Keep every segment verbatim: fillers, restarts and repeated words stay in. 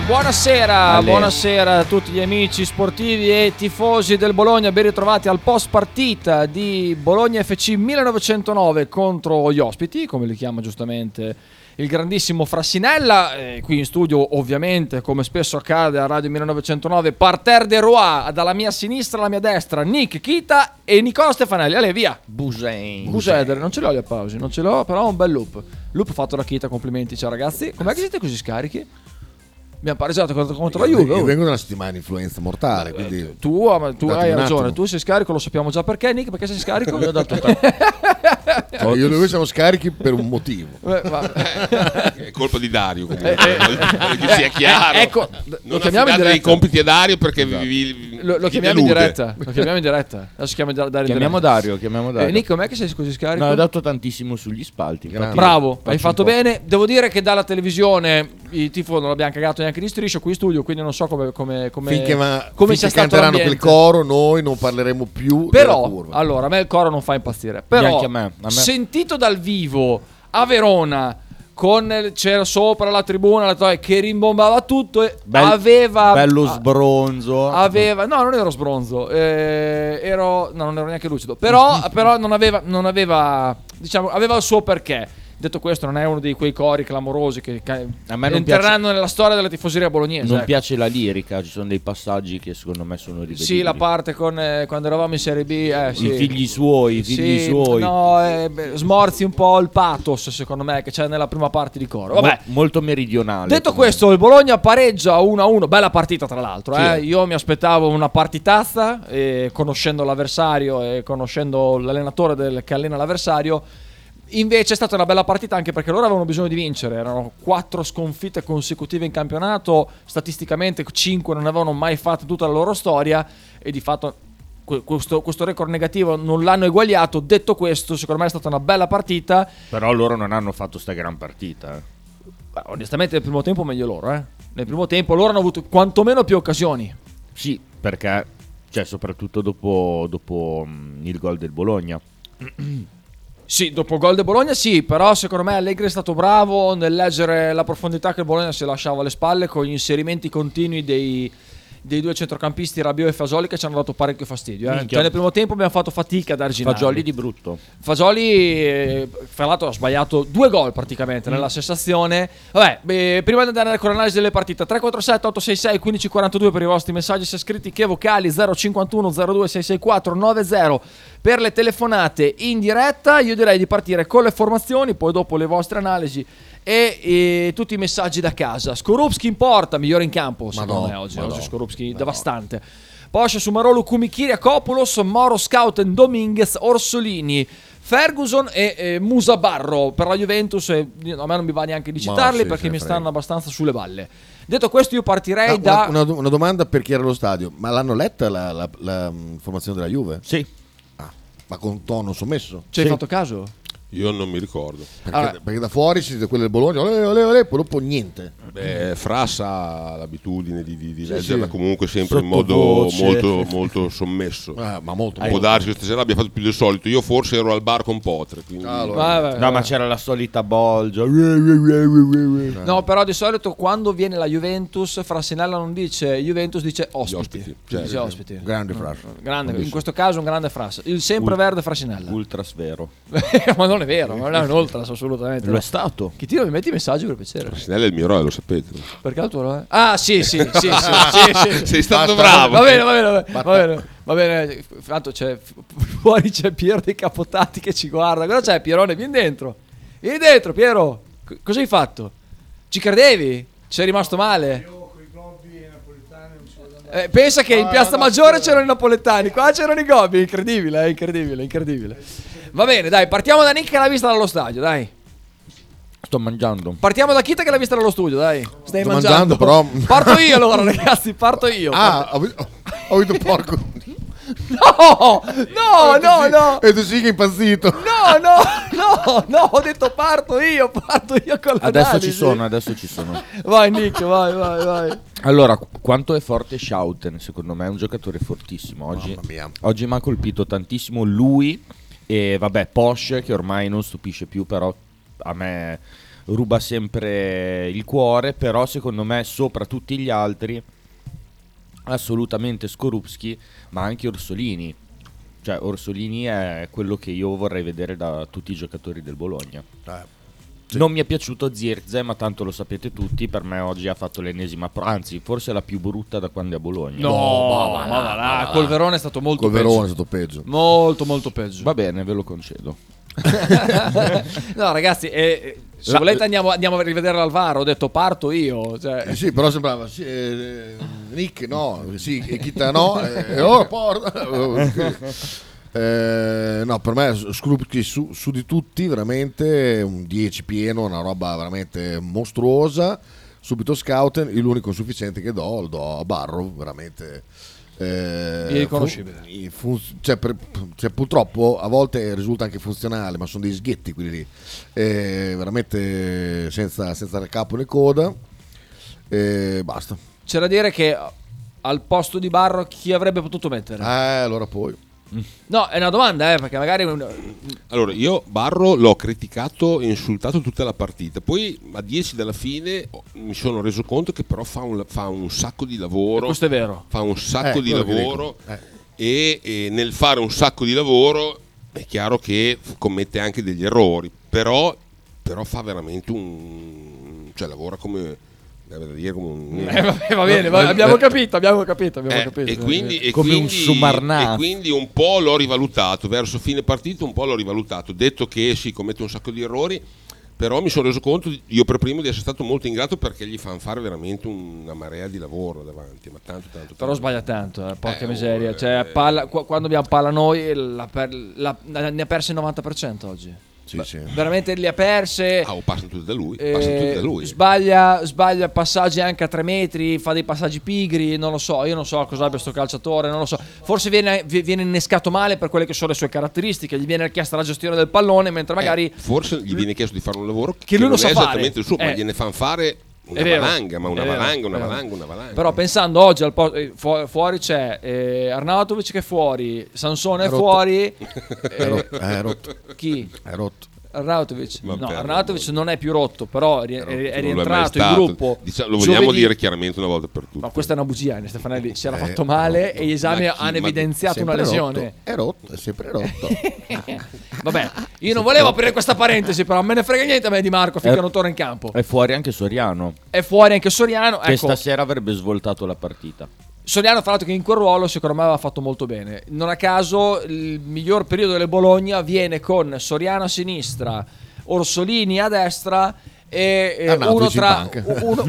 buonasera, Ale. buonasera a tutti gli amici sportivi e tifosi del Bologna, ben ritrovati al post partita di Bologna F C millenovecentonove contro gli ospiti, come li chiama giustamente il grandissimo Frassinella. Eh, qui in studio, ovviamente, come spesso accade a Radio millenovecentonove, parterre de Roi, dalla mia sinistra alla mia destra Nick Kita e Nicola Stefanelli. Ale, via. Busain. Busedere, non ce l'ho gli applausi, non ce l'ho, però un bel loop. Loop fatto da Kita, complimenti, ciao ragazzi. Com'è che siete così scarichi? Abbiamo pareggiato contro, contro la Juve. Io oh. vengo da una settimana di influenza mortale, quindi Eh, tu, ah, ma tu datemi hai un ragione, attimo. tu sei scarico, lo sappiamo già perché. Nick, perché sei scarico? Io ho dato te. Cioè, io e lui siamo scarichi per un motivo. Eh, va- È colpa di Dario comunque, Eh, eh, voglio che sia chiaro. eh, ecco, lo non chiamiamo in affidate i diretta. compiti a Dario perché vi, vi, Lo, lo vi chiamiamo in delude. diretta. Lo chiamiamo in diretta. Adesso chiamiamo Dario in Chiamiamo diretta. Dario, chiamiamo Dario. Eh, Nick, com'è che sei così scarico? No, hai dato tantissimo sugli spalti. infatti Bravo, faccio hai un fatto po'. bene. Devo dire che dalla televisione i tifo non l'abbiamo cagato neanche di striscio qui in studio, quindi non so come come come Finché, ma, come finché sia stato canteranno quel l'ambiente. coro, noi non parleremo più della Però, curva. allora, a me il coro non fa impazzire. Però, Neanche a me, a me. sentito dal vivo a Verona, con c'era sopra la tribuna la to- che rimbombava tutto e Bel- aveva bello a- sbronzo. aveva no, non ero sbronzo, eh, ero no, non ero neanche lucido. Però, però non aveva non aveva diciamo aveva il suo perché. Detto questo, non è uno di quei cori clamorosi che ca- A me non entreranno nella storia della tifoseria bolognese. Non ecco. piace la lirica, ci sono dei passaggi che secondo me sono rivedibili. Sì, la parte con eh, quando eravamo in Serie B, eh, sì. I figli suoi, i figli Sì, suoi. no, eh, beh, smorzi un po' il pathos, secondo me, che c'è nella prima parte di coro. Vabbè, Mo- molto meridionale. detto come- questo, il Bologna pareggia uno a uno, bella partita tra l'altro. Sì. Eh. Io mi aspettavo una partitazza, e conoscendo l'avversario e conoscendo l'allenatore del- che allena l'avversario. Invece è stata una bella partita anche perché loro avevano bisogno di vincere. Erano quattro sconfitte consecutive in campionato, statisticamente cinque non avevano mai fatto in tutta la loro storia e di fatto que- questo, questo record negativo non l'hanno eguagliato. Detto questo, secondo me è stata una bella partita. Però loro non hanno fatto sta gran partita. eh. Beh, onestamente nel primo tempo meglio loro, eh. Nel primo tempo loro hanno avuto quantomeno più occasioni. Sì, perché, cioè, soprattutto dopo, dopo mh, il gol del Bologna. Sì, dopo il gol del Bologna sì, però secondo me Allegri è stato bravo nel leggere la profondità che il Bologna si lasciava alle spalle con gli inserimenti continui dei, dei due centrocampisti Rabiot e Fasoli che ci hanno dato parecchio fastidio. Eh. Minchia. Cioè, nel primo tempo abbiamo fatto fatica ad arginarli. Fagioli di brutto. Fasoli, eh, fra l'altro, ha sbagliato due gol praticamente nella sensazione. Vabbè, beh, prima di andare con l'analisi delle partite, tre quattro sette otto sei sei quindici quarantadue per i vostri messaggi sia scritti che vocali, zero cinquantuno zero due sei sei quattro nove zero per le telefonate in diretta. Io direi di partire con le formazioni, poi dopo le vostre analisi e, e tutti i messaggi da casa. Skorupski in porta, migliore in campo secondo Ma no, me oggi, ma oggi no, Skorupski ma no. devastante. Poscia, Sumarolo, Kumikiria, Kopulos, Moro, Scouten, Dominguez, Orsolini, Ferguson e eh, Musabarro per la Juventus. E, a me non mi va neanche di Ma citarli sì, perché se mi frega. stanno abbastanza sulle balle. Detto questo, io partirei Ah, da una, una- una domanda per chi era allo stadio: ma l'hanno letta la, la- la, mm, formazione della Juve? Sì. Ah, ma con tono sommesso? ci hai Sì. fatto caso? Io non mi ricordo. Perché, Allora- perché da fuori si siete quelli del Bologna, ole, ole, ole, poi dopo niente. Beh, Fras ha l'abitudine di, di, di Sì, leggerla sì. comunque sempre in modo Sottovoce. molto, molto sommesso. Ah, ma molto, Può molto. darsi che stasera abbia fatto più del solito. Io forse ero al bar con Potre, quindi Ah, allora. Vabbè, No, vabbè. ma c'era la solita bolgia. No, però di solito quando viene la Juventus, Frassinella non dice Juventus, dice ospiti. ospiti, Dice certo. ospiti. Grande Fras. Grande, in questo caso un grande Fras. Il sempreverde Frassinella. Ultrasvero. Ma non è vero, non è un ultras assolutamente. Lo no. è stato. Chi tira mi metti i messaggi per piacere. Sinella è il mio eroe, lo sapete. Perché il tuo eroe? Ah, sì, sì, sì, sì, sì, sì. Sei stato Basta. bravo. Va bene, va bene, va bene, va bene, va bene. Tanto c'è fuori c'è Piero dei Capotati che ci guarda. Cosa c'è, Pierone? Vieni dentro. Vieni dentro, Piero. C- cosa hai fatto? Ci credevi? Ci sei rimasto male? Eh, pensa che in Piazza Maggiore c'erano i napoletani, qua c'erano i Gobbi, incredibile, eh, incredibile, incredibile. Va bene, dai, partiamo da Nick che l'ha vista dallo stadio, dai. Sto mangiando. Partiamo da Kita che l'ha vista dallo studio, dai. Stai Sto mangiando. mangiando, però- Parto io allora, ragazzi, parto io. Ah, ho, ho avuto porco. No, no, no, no. E tu sì che è impazzito. No, no, no, no, ho detto parto io, parto io con l'analisi. Adesso ci sono, adesso ci sono. Vai Nick, vai, vai, vai. Allora, qu- quanto è forte Schouten? Secondo me è un giocatore fortissimo. Oggi, Mamma mia. oggi mi ha colpito tantissimo lui e vabbè Porsche che ormai non stupisce più, però a me ruba sempre il cuore, però secondo me sopra tutti gli altri assolutamente Skorupski, ma anche Orsolini. Cioè Orsolini è quello che io vorrei vedere da tutti i giocatori del Bologna. Eh, sì. Non mi è piaciuto Zirze, ma tanto lo sapete tutti, per me oggi ha fatto l'ennesima pro- anzi forse la più brutta da quando è a Bologna. No, No, ma, ma- ma va là, col Verona è stato molto Col peggio. Verona è stato peggio. Molto molto peggio. Va bene, ve lo concedo. No ragazzi, eh, se La- volete andiamo, andiamo a rivedere l'Alvaro. Ho detto parto io, cioè. Eh sì, però sembrava sì, eh, Nick no, sì, e Kita no, e ora porta. Eh, no, per me Skorupski su, su di tutti veramente un dieci pieno, una roba veramente mostruosa. Subito Scouten, l'unico sufficiente che do lo do a Barro, veramente eh, irriconoscibile. fun- fun- cioè, per- cioè, purtroppo a volte risulta anche funzionale, ma sono dei sghetti quelli lì, eh, veramente senza, senza né capo né coda, e basta. C'è da dire che al posto di Barro chi avrebbe potuto mettere? Eh, allora poi No, è una domanda, eh, perché magari un- Allora, io Barro l'ho criticato e insultato tutta la partita. Poi a dieci dalla fine oh, mi sono reso conto che però fa un, fa un sacco di lavoro. questo è vero. Fa un sacco Eh, di quello che lavoro dico. Eh. e, e nel fare un sacco di lavoro è chiaro che f- commette anche degli errori, però, però fa veramente un... cioè lavora come... deve dire come un... Eh, vabbè, va bene, va- abbiamo capito, abbiamo capito, abbiamo Eh, capito. e quindi, e Come un quindi- Sumarnaz. e quindi un po' l'ho rivalutato verso fine partita, un po' l'ho rivalutato, detto che si commette un sacco di errori, però mi sono reso conto io per primo di essere stato molto ingrato perché gli fanno fare veramente una marea di lavoro davanti, ma tanto tanto, tanto. Però sbaglia tanto, eh, porca Eh, miseria. oh, Cioè, eh. palla- qu- quando abbiamo palla noi, la per- la- ne ha perse il novanta per cento oggi. sì, sì. Veramente le ha perse. Ah, oh, passano tutti da lui, Eh, passano tutti da lui. sbaglia, sbaglia passaggi anche a tre metri, fa dei passaggi pigri, non lo so, io non so cosa abbia sto calciatore, non lo so. Forse viene, vi- viene innescato male per quelle che sono le sue caratteristiche, gli viene chiesta la gestione del pallone, mentre magari... Eh, forse gli viene chiesto di fare un lavoro Che lui non non sa è fare. esattamente il suo, ma Eh. gliene fanno fare una È vero, valanga, ma una è vero, valanga, una è vero. valanga, una valanga. Però pensando oggi al po- eh, fu- fuori c'è eh, Arnautovic che è fuori, Sansone è, È rotto. fuori, È rotto, è rotto, chi? è rotto. Arnautovic? Vabbè, No, vabbè. Arnautovic non è più rotto, però è, ri- Però è- è non lo mai rientrato in stato. gruppo. Diciamo, lo vogliamo Giovedì- dire chiaramente una volta per tutte. Ma questa è una bugia, eh, Stefanelli si era Eh, fatto male rotto. e gli esami Ma chi- hanno ma evidenziato una Sempre lesione. rotto, è rotto, è sempre rotto. Vabbè, io non volevo aprire questa parentesi, però me ne frega niente a me di Marco finché Eh. non torna in campo. È fuori anche Soriano, È fuori anche Soriano. che Ecco, stasera avrebbe svoltato la partita. Soriano fra l'altro che in quel ruolo secondo me aveva fatto molto bene. Non a caso il miglior periodo del Bologna viene con Soriano a sinistra, Orsolini a destra e, e Arnautovic uno in tra panca. uno,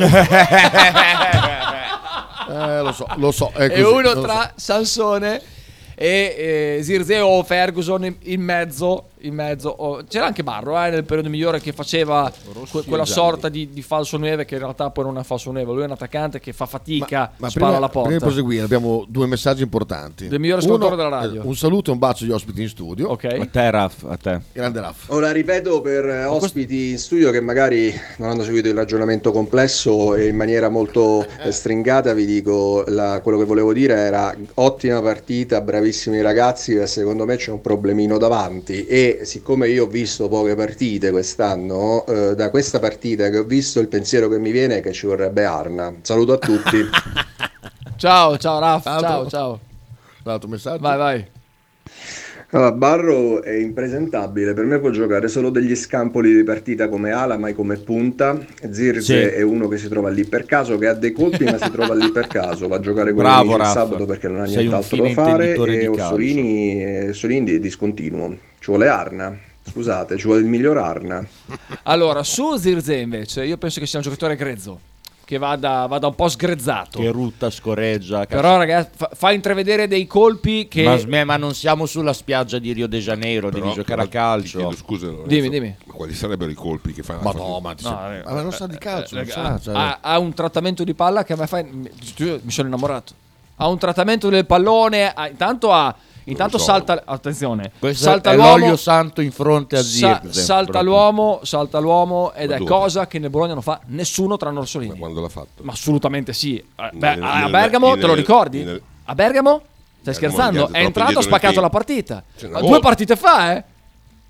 Eh, lo so, lo so. È e così, uno lo so. tra Sansone e eh, Zirze o Ferguson in, in mezzo. In mezzo oh, c'era anche Barro eh, nel periodo migliore che faceva que- quella sorta di, di falso neve che in realtà poi non è falso neve. Lui è un attaccante che fa fatica, Ma spara prima, alla porta. prima di proseguire abbiamo due messaggi importanti. Del migliore Uno, ascoltatore della radio. eh, un saluto e un bacio agli ospiti in studio. Ok. A te Raf, a te. Grande Raff. Ora ripeto per eh, ospiti in studio che magari non hanno seguito il ragionamento complesso e in maniera molto eh, stringata, vi dico la- quello che volevo dire era ottima partita, bravissimi ragazzi, e secondo me c'è un problemino davanti e siccome io ho visto poche partite quest'anno, eh, da questa partita che ho visto il pensiero che mi viene è che ci vorrebbe Arna. Saluto a tutti. Ciao, ciao Raff, Altro? ciao, ciao. L'altro messaggio. Vai, vai. Allora, Barro è impresentabile, per me può giocare solo degli scampoli di partita come ala, mai come punta. Zirze Sì. è uno che si trova lì per caso, che ha dei colpi ma si trova lì per caso, va a giocare con Bravo, gli amici il Raff. sabato perché non ha Sei un nient'altro da fine fare, intenditore e di calcio. Orsolini, eh, Orsolini è discontinuo, ci vuole Arna, scusate, ci vuole il miglior Arna. Allora, su Zirze invece, io penso che sia un giocatore grezzo, che vada, vada un po' sgrezzato. Che rutta, scorreggia. cazzo. Però ragazzi, fa, fa intravedere dei colpi che... Ma, sme- ma non siamo sulla spiaggia di Rio de Janeiro, Però- devi giocare a però ti calcio. chiedo scusa, Lorenzo, Dimmi, dimmi. ma quali sarebbero i colpi che fa? Ma no, ma, ti No, sei- eh, ma non sa di calcio, non Eh, sa, cioè- ha, ha un trattamento di palla che a me fa... Mi mi sono innamorato. Ha un trattamento del pallone, ha- intanto ha... Intanto so. salta... Attenzione. Questo salta è l'uomo, l'olio santo in fronte a sa- Zirze. salta proprio. l'uomo, salta l'uomo ed Ma è dove? cosa che nel Bologna non fa nessuno tranne Ma Orsolini. quando l'ha fatto? Ma assolutamente sì. Eh, beh, Nel- a nel- Bergamo, nel- te lo ricordi? nel- A Bergamo? Stai Bergamo scherzando? gli altri È troppo entrato, ha dietro nel spaccato tempo. la partita. C'è una Ma due volta. partite fa, eh?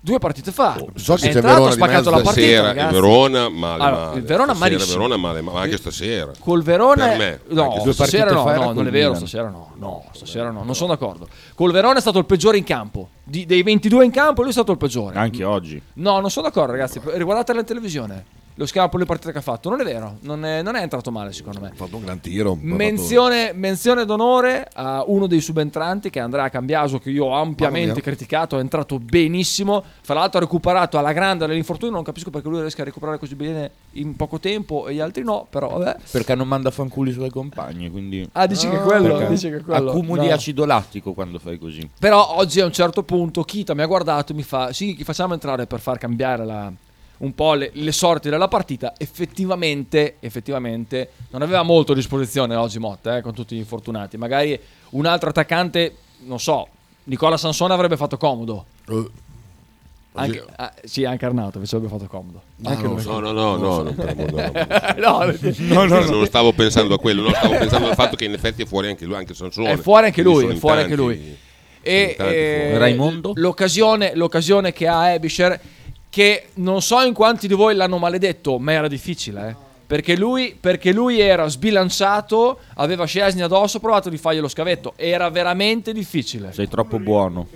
due partite fa. So che è c'è entrato, Verona ha di spaccato mezzo la partita, Stasera il ragazzi. Verona male, Allora, male. il Verona Stasera malissimo. Verona male, ma anche stasera. Col Verona Per me, no, anche due stasera partite no, fa era no, non col è vero, Milan. stasera no, no, stasera no, non sono d'accordo. Col Verona è stato il peggiore in campo. Di- dei ventidue in campo lui è stato il peggiore. Anche oggi. No, non sono d'accordo, ragazzi. Riguardate la televisione. Lo scampo, le partite che ha fatto. Non è vero, non è, non è entrato male, secondo me. Ha fatto un gran tiro. un po' Menzione, menzione d'onore a uno dei subentranti, che è Andrea Cambiaso, che io ho ampiamente Mamma mia. criticato. È entrato benissimo. Fra l'altro ha recuperato alla grande dall'infortunio. Non capisco perché lui riesca a recuperare così bene in poco tempo e gli altri no. Però vabbè. Perché non manda fanculi i suoi compagni, quindi Ah, dici che quello, perché dici che quello. accumuli No. acido lattico quando fai così. Però oggi a un certo punto Kita mi ha guardato e mi fa: sì, chi facciamo entrare per far cambiare la- un po' le, le sorti della partita. Effettivamente, effettivamente non aveva molto a disposizione oggi Motta, eh, con tutti gli infortunati. Magari un altro attaccante, non so, Nicola Sansone avrebbe fatto comodo. Eh, Anche, ah, sì, anche Arnauto invece avrebbe fatto comodo. Ma Anche non lui. lo so. No, no, no, no, non per amor d'amore. No, No, no, non stavo pensando a quello, no, stavo pensando al fatto che in effetti è fuori anche lui, anche Sansone. è fuori anche Quindi lui, sono è in fuori tanti- anche lui. sono E in tanti eh, fuori. Raimondo? L'occasione, l'occasione che ha Ebischer, che non so in quanti di voi l'hanno maledetto, ma era difficile, eh. Perché lui, perché lui era sbilanciato, aveva Szczesny addosso, ha provato di fargli lo scavetto. Era veramente difficile. Sei troppo buono.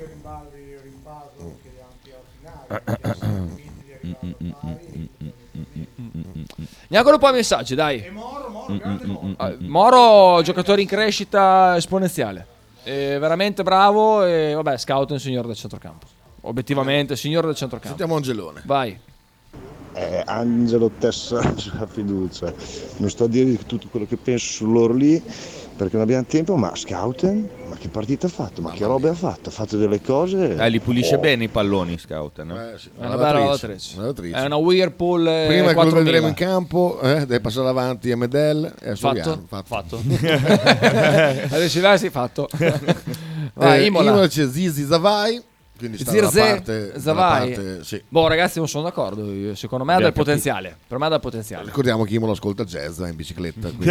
Andiamo con un po' di messaggi, dai. Ah, Moro, giocatore in crescita esponenziale. È veramente bravo e vabbè, scout è un signore del centrocampo. Obiettivamente, signore del centrocampo. Sentiamo Angelone. Vai. Eh, Angelo tessa sulla fiducia. Non sto a dire tutto quello che penso su loro lì perché non abbiamo tempo, ma Scouten, ma che partita ha fatto? Ma che robe ha fatto? Ha fatto delle cose. Eh, li pulisce Oh. bene i palloni, Scout, no? Eh, sì, È una bella lavoratrice. una lavoratrice. È una Whirlpool eh, Prima che lo quattromila. vedremo in campo, eh, deve passare avanti a Medel e a Fatto? Soriano. Fatto. Adesso là sì, fatto. Vai, Eh, Imola. Imola c'è Zizi Zavai, quindi sta dalla Zirze, parte, dalla Zavai. parte- sì. Boh, ragazzi, non sono d'accordo. io. Secondo me ha Abbiamo del capito. potenziale. Per me ha del potenziale. Ricordiamo che Imola ascolta jazz, va in bicicletta. quindi-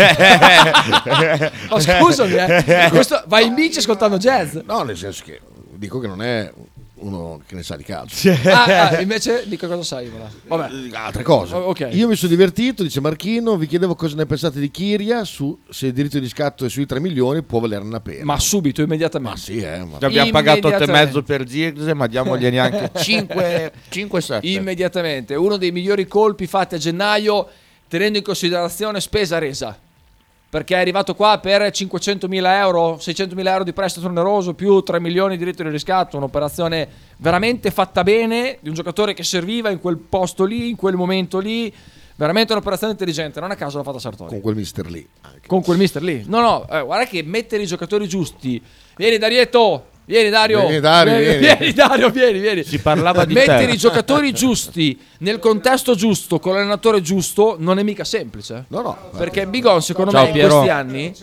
Oh, scusami, eh. Questo, vai in bici ascoltando jazz. No, nel senso che dico che non è uno che ne sa di calcio. Ah, ah, invece dico cosa sai. Imola. Vabbè. Altre cose. Oh, ok. Io mi sono divertito, dice Marchino, vi chiedevo cosa ne pensate di Chiria, su, se il diritto di scatto è sui tre milioni può valerne la pena. Ma subito, Ma immediatamente. sì, eh, ma Ci abbiamo pagato otto e Immediatamente. mezzo per Zirze, ma diamogliene anche cinque sette. Immediatamente. Uno dei migliori colpi fatti a gennaio, tenendo in considerazione spesa resa. Perché è arrivato qua per cinquecentomila euro, seicentomila euro di prestito oneroso più tre milioni di diritto di riscatto. Un'operazione veramente fatta bene di un giocatore che serviva in quel posto lì, in quel momento lì. Veramente un'operazione intelligente. Non a caso l'ha fatta Sartori. con quel mister lì. Anche. Con quel mister lì. No, no, eh, guarda che mettere i giocatori giusti. Vieni Darietto, vieni Dario. Vieni, Dario, vieni. vieni Dario, vieni, vieni. Si parlava di Mettere te. i giocatori giusti nel contesto giusto con l'allenatore giusto non è mica semplice. No, no. Perché Bigon secondo Ciao, me in Piero. questi anni.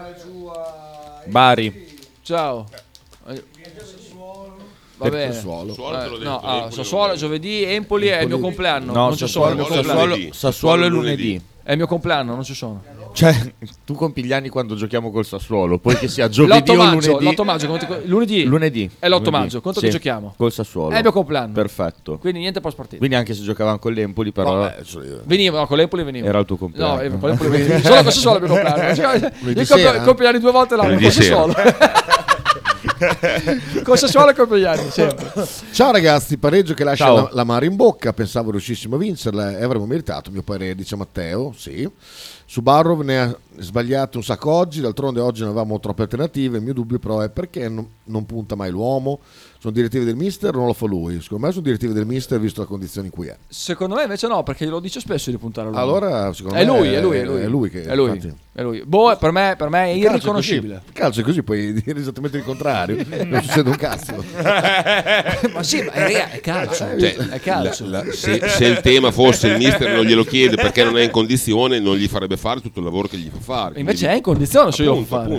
Bari. Ciao. Eh, Va Per bene. Sassuolo. Sassuolo te l'ho Eh, detto, no, ah, Empoli Sassuolo non- giovedì, Empoli è il mio compleanno. No, non ci sono, è il mio Sassuolo, compleanno. Sassuolo, lunedì. Sassuolo è Sassuolo lunedì. È il mio compleanno, non ci sono. Cioè, tu compi gli anni quando giochiamo col Sassuolo, poi che sia giovedì L'otto o maggio, lunedì. l'otto maggio, come ti- lunedì. Lunedì. È l'otto Lunedì. maggio, quanto Sì, che giochiamo? Col Sassuolo. È il mio compleanno. Perfetto. Quindi niente post partita. Quindi anche se giocavamo con l'Empoli, però Vabbè, adesso io- Venivo, no, con l'Empoli venivo. era il tuo compleanno. No, eh, con l'Empoli venivo. Solo con Sassuolo il mio compleanno. Cioè, Io Lunedì compio, sera? compio gli anni due volte l'anno, Lunedì con sera. Sassuolo. Con Sassuolo compio gli anni, sempre. Ciao ragazzi, pareggio che lascia Ciao. la, la mare in bocca, pensavo riuscissimo a vincerla e avremmo meritato, a mio parere, dice Matteo, sì. Subarov ne ha sbagliato un sacco oggi, d'altronde oggi non avevamo troppe alternative, il mio dubbio però è perché non, non punta mai l'uomo, sono direttive del mister o non lo fa lui? Secondo me sono direttive del mister visto la condizione in cui è. Secondo me invece no, perché glielo dice spesso di puntare a lui. Allora secondo è me lui, è lui, è lui. è lui che è lui, infatti, è lui. Boh, per me, per me è il calcio irriconoscibile. così, il calcio è così, puoi dire esattamente il contrario, non succede un cazzo. Ma sì, ma è, è calcio. Cioè, è calcio. la- la- se, se il tema fosse il mister non glielo chiede perché non è in condizione, non gli farebbe fare tutto il lavoro che gli fa fare. Invece Quindi- è in condizione se io lo appunto, fa fare. appunto, evidentemente.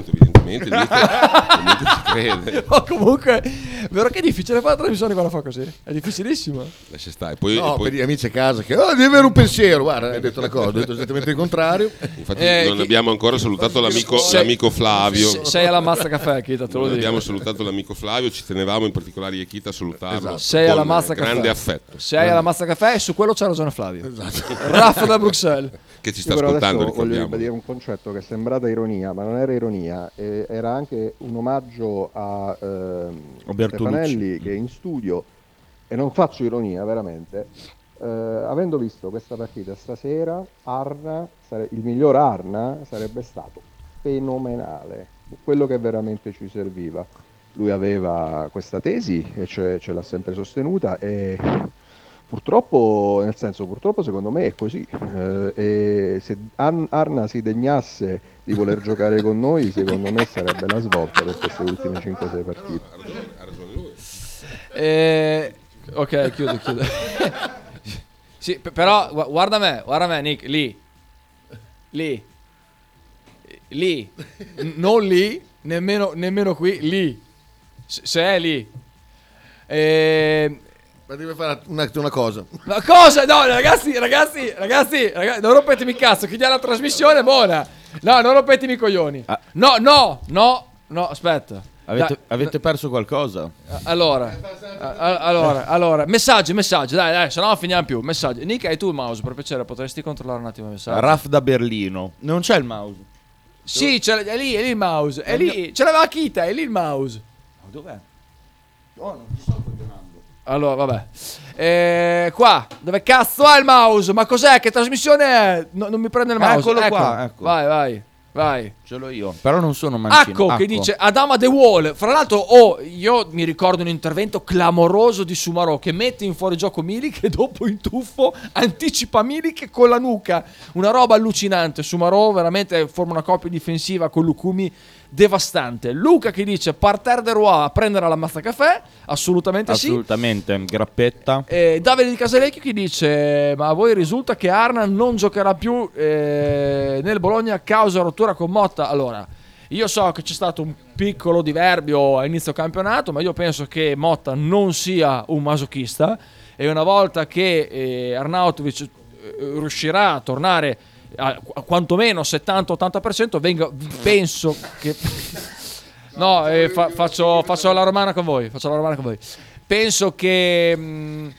veramente niente, niente si crede. Oh, comunque, vero che è difficile fare la trasmissione quando fa così? È difficilissimo. Lascia stare. Poi, No, poi, per gli amici a casa che oh, devi avere un pensiero. Guarda, hai detto una cosa, ho detto esattamente il contrario. infatti Eh, non chi- abbiamo ancora salutato l'amico, Sei- l'amico Flavio. Se- Sei alla Mazza Caffè, Kita, te lo Non dico. abbiamo salutato l'amico Flavio, ci tenevamo in particolare Iechita a salutarlo. Esatto. Sei con alla Mazza Caffè. grande affetto. Sei alla Mazza Caffè e su quello c'ha ragione Flavio. Esatto. Raffa da Bruxelles. Che ci sta Io però ascoltando, adesso voglio ricordiamo. ribadire un concetto che è sembrata ironia, ma non era ironia, eh, era anche un omaggio a ehm, A Bertolucci. Stefanelli che è in studio, e non faccio ironia veramente, eh, avendo visto questa partita stasera, Arna, sare- il miglior Arna sarebbe stato fenomenale, quello che veramente ci serviva. Lui aveva questa tesi e ce, ce l'ha sempre sostenuta e purtroppo, nel senso, purtroppo secondo me è così. Eh, e se An- Arna si degnasse di voler giocare con noi, secondo me sarebbe la svolta per queste ultime cinque sei partite. Ha ragione, ha ragione lui. Eh, ok, chiudo, chiudo. Sì, p- però gu- guarda me, guarda me, Nick, lì. Lì. Lì. N- non lì, nemmeno, nemmeno qui, lì. S- se è lì. Eh, Ma devi fare una, una cosa. ma cosa? No, ragazzi, ragazzi, ragazzi, ragazzi, non rompetemi il cazzo, chiudiamo la trasmissione, buona. No, non rompetemi i coglioni. Ah. No, no, no, no, aspetta. Avete, Dai, avete perso qualcosa? Allora, a- a- allora, allora, messaggi, messaggi, dai, dai, se no non finiamo più. Messaggi. Nick, hai tu il mouse, per piacere, potresti controllare un attimo i messaggi? Raf da Berlino. Non c'è il mouse. Sì, c'è, è lì, è lì il mouse, è lì, ce l'aveva Kita, è lì il mouse. Dov'è? Oh, non ti sto coglionando. Allora, vabbè. Eh, qua, dove cazzo ha il mouse? Ma cos'è? Che trasmissione è? No, non mi prende il mouse. Eccolo qua, ecco. Vai, vai, vai. Ce l'ho io. Però non sono mancino. Acco che dice Adama The Wall. Fra l'altro, oh, io mi ricordo un intervento clamoroso di Sumarò che mette in fuorigioco Milik e dopo in tuffo anticipa Milik con la nuca. Una roba allucinante. Sumarò veramente forma una coppia difensiva con Lukumi devastante. Luca che dice Parterre de Roy a prendere la mazza caffè. Assolutamente sì. Assolutamente. Grappetta. Eh, Davide di Casalecchio che dice ma a voi risulta che Arna non giocherà più eh, nel Bologna a causa rottura con Motta? Allora, io so che c'è stato un piccolo diverbio a inizio campionato, ma io penso che Motta non sia un masochista e una volta che eh, Arnautovic eh, riuscirà a tornare a, a quantomeno settanta ottanta per cento, venga, penso che no, eh, fa- faccio, faccio la romana con voi, faccio la romana con voi. Penso che mh,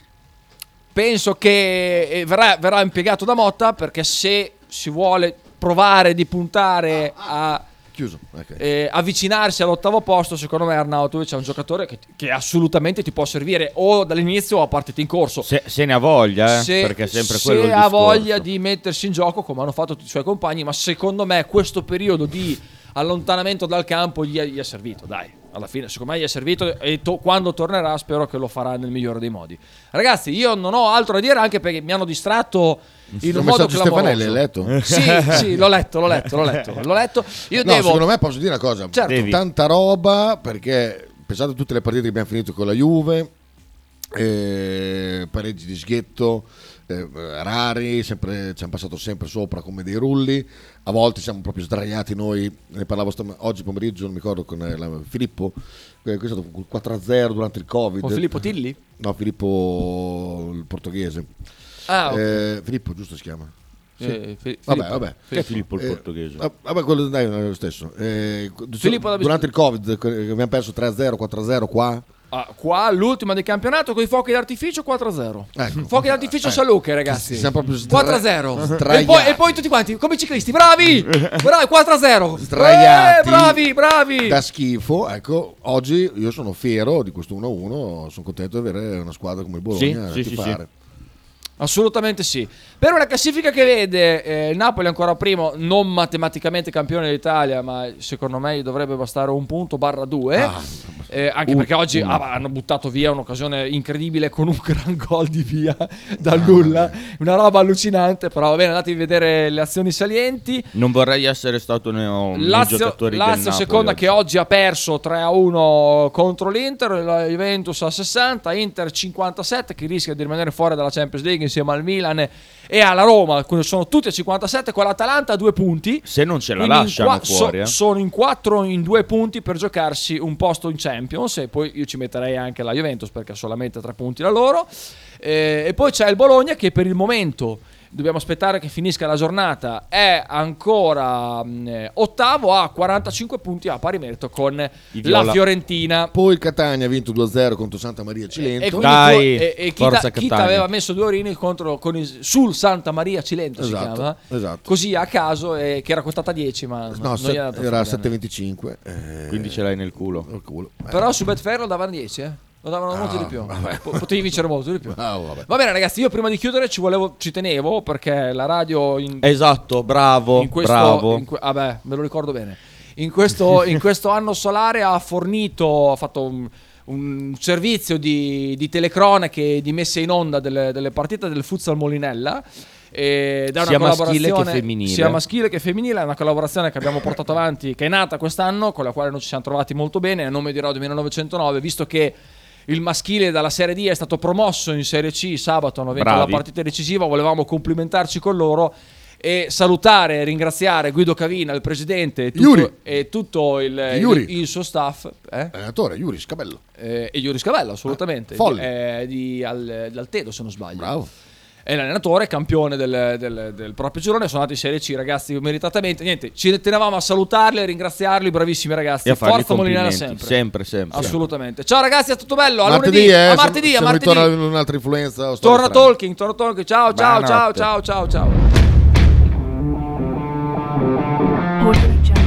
penso che eh, verrà, verrà impiegato da Motta, perché se si vuole provare di puntare a Chiuso. Ok. eh, avvicinarsi all'ottavo posto, secondo me Arnautovic è un giocatore che, che assolutamente ti può servire o dall'inizio o a partita in corso. Se, se ne ha voglia, eh, Se- perché è sempre se quello il ha discorso. voglia di mettersi in gioco come hanno fatto tutti i suoi compagni, ma secondo me questo periodo di allontanamento dal campo gli è, gli è servito, dai, alla fine secondo me gli è servito e to- quando tornerà spero che lo farà nel migliore dei modi. Ragazzi, io non ho altro da dire, anche perché mi hanno distratto in Il un modo messaggio Stefanelli, clamoroso. hai letto? Sì, sì, l'ho letto, l'ho letto, l'ho letto, l'ho letto. Io No, devo secondo me posso dire una cosa. Certo. Devi. Tanta roba, perché pensate a tutte le partite che abbiamo finito con la Juve, eh, pareggi di sghetto, eh, rari, sempre, ci hanno passato sempre sopra come dei rulli. A volte siamo proprio sdraiati noi, ne parlavo stam- oggi pomeriggio, non mi ricordo, con eh, la- Filippo, eh, questo è stato un quattro a zero durante il Covid. con Filippo Tilli? No, Filippo il portoghese. Ah, ok. Eh, Filippo, giusto si chiama? Sì. Eh, Fi- Vabbè, Filippo. vabbè. Che è Filippo il Eh, portoghese? ah, Vabbè, quello dai, è lo stesso. Eh, Filippo da durante il Covid che abbiamo perso tre a zero, quattro a zero qua. Ah, qua l'ultima del campionato con i fuochi d'artificio quattro a zero. Ecco. Fuochi d'artificio Eh. San Luca, ragazzi. Siamo proprio stra- quattro a zero. E sdraiati. poi, e poi tutti quanti, come i ciclisti, bravi! Bravi, quattro a zero. Sdraiati. Eh, bravi, bravi. Da schifo, ecco, oggi io sono fiero di questo uno a uno, sono contento di avere una squadra come il Bologna Sì, a sì, tifare. Assolutamente sì. Per una classifica che vede eh, il Napoli ancora primo, non matematicamente campione d'Italia, ma secondo me gli dovrebbe bastare un punto barra due. Ah, Eh, anche Uh, perché oggi uno. ah, hanno buttato via un'occasione incredibile con un gran gol di via dal nulla, una roba allucinante. Però va bene, andatevi a vedere le azioni salienti. Non vorrei essere stato nei, nei Lazio, giocatori del Lazio Napoli seconda oggi. che oggi ha perso tre a uno contro l'Inter, la Juventus a sessanta, Inter cinquantasette che rischia di rimanere fuori dalla Champions League insieme al Milan e alla Roma sono tutti a cinquantasette, con l'Atalanta a due punti. Se non ce la Quindi in lasciano qua- fuori, so- eh. sono in quattro in due punti per giocarsi un posto in Champions, e poi io ci metterei anche la Juventus perché solamente tre punti da loro. Eh, e poi c'è il Bologna che per il momento, dobbiamo aspettare che finisca la giornata, è ancora mh, ottavo a quarantacinque punti, a pari merito con la viola. Fiorentina. Poi il Catania ha vinto due a zero contro Santa Maria Cilento. E, quindi Dai, tu- e- e chi, forza ta- chi Catania. t'aveva messo due orini contro, con il- sul Santa Maria Cilento, Esatto, si chiama, esatto. così a caso, eh, che era quotata dieci, ma No, non se- gli è andato era bene. sette virgola venticinque. Eh, Quindi ce l'hai nel culo. nel culo. Eh, Però su Betfair lo davano dieci, eh? Lo davano molto di più. vabbè. Po- Potevi vincere molto di più. ah, vabbè. Va bene ragazzi, io prima di chiudere ci volevo, ci tenevo, perché la radio in, Esatto, bravo, in questo, bravo. in que- vabbè, me lo ricordo bene. In questo, in questo anno solare ha fornito, ha fatto un, un servizio di, di telecronache, di messa in onda delle, delle partite del Futsal Molinella. Ed è una Sia maschile collaborazione che femminile. sia maschile che femminile, è una collaborazione che abbiamo portato avanti, che è nata quest'anno, con la quale noi ci siamo trovati molto bene, a nome di Radio millenovecentonove, visto che il maschile dalla Serie D è stato promosso in Serie C sabato, hanno vinto la Bravi. partita decisiva, volevamo complimentarci con loro e salutare e ringraziare Guido Cavina, il presidente, e tutto, Yuri. e tutto il, il, Yuri. il suo staff, eh? Allenatore, Iuri Scabello. Eh, e Yuri Scavello, assolutamente, Folle. eh, di, al, Altedo se non sbaglio. Bravo. È l'allenatore, campione del, del, del proprio girone. Sono andati in Serie C, ragazzi, meritatamente. Niente, ci tenevamo a salutarli e ringraziarli, bravissimi ragazzi. E a fargli Forza Molinella complimenti. sempre. Sempre, sempre. Assolutamente. Ciao ragazzi, è tutto bello. A Martedì, lunedì, eh, a martedì, se- a se martedì. ritorna in un'altra influenza. o storie Torna strane. Talking, torna Talking. Ciao, ciao, ciao, Buonanotte. ciao, ciao, ciao. Audio Jungle.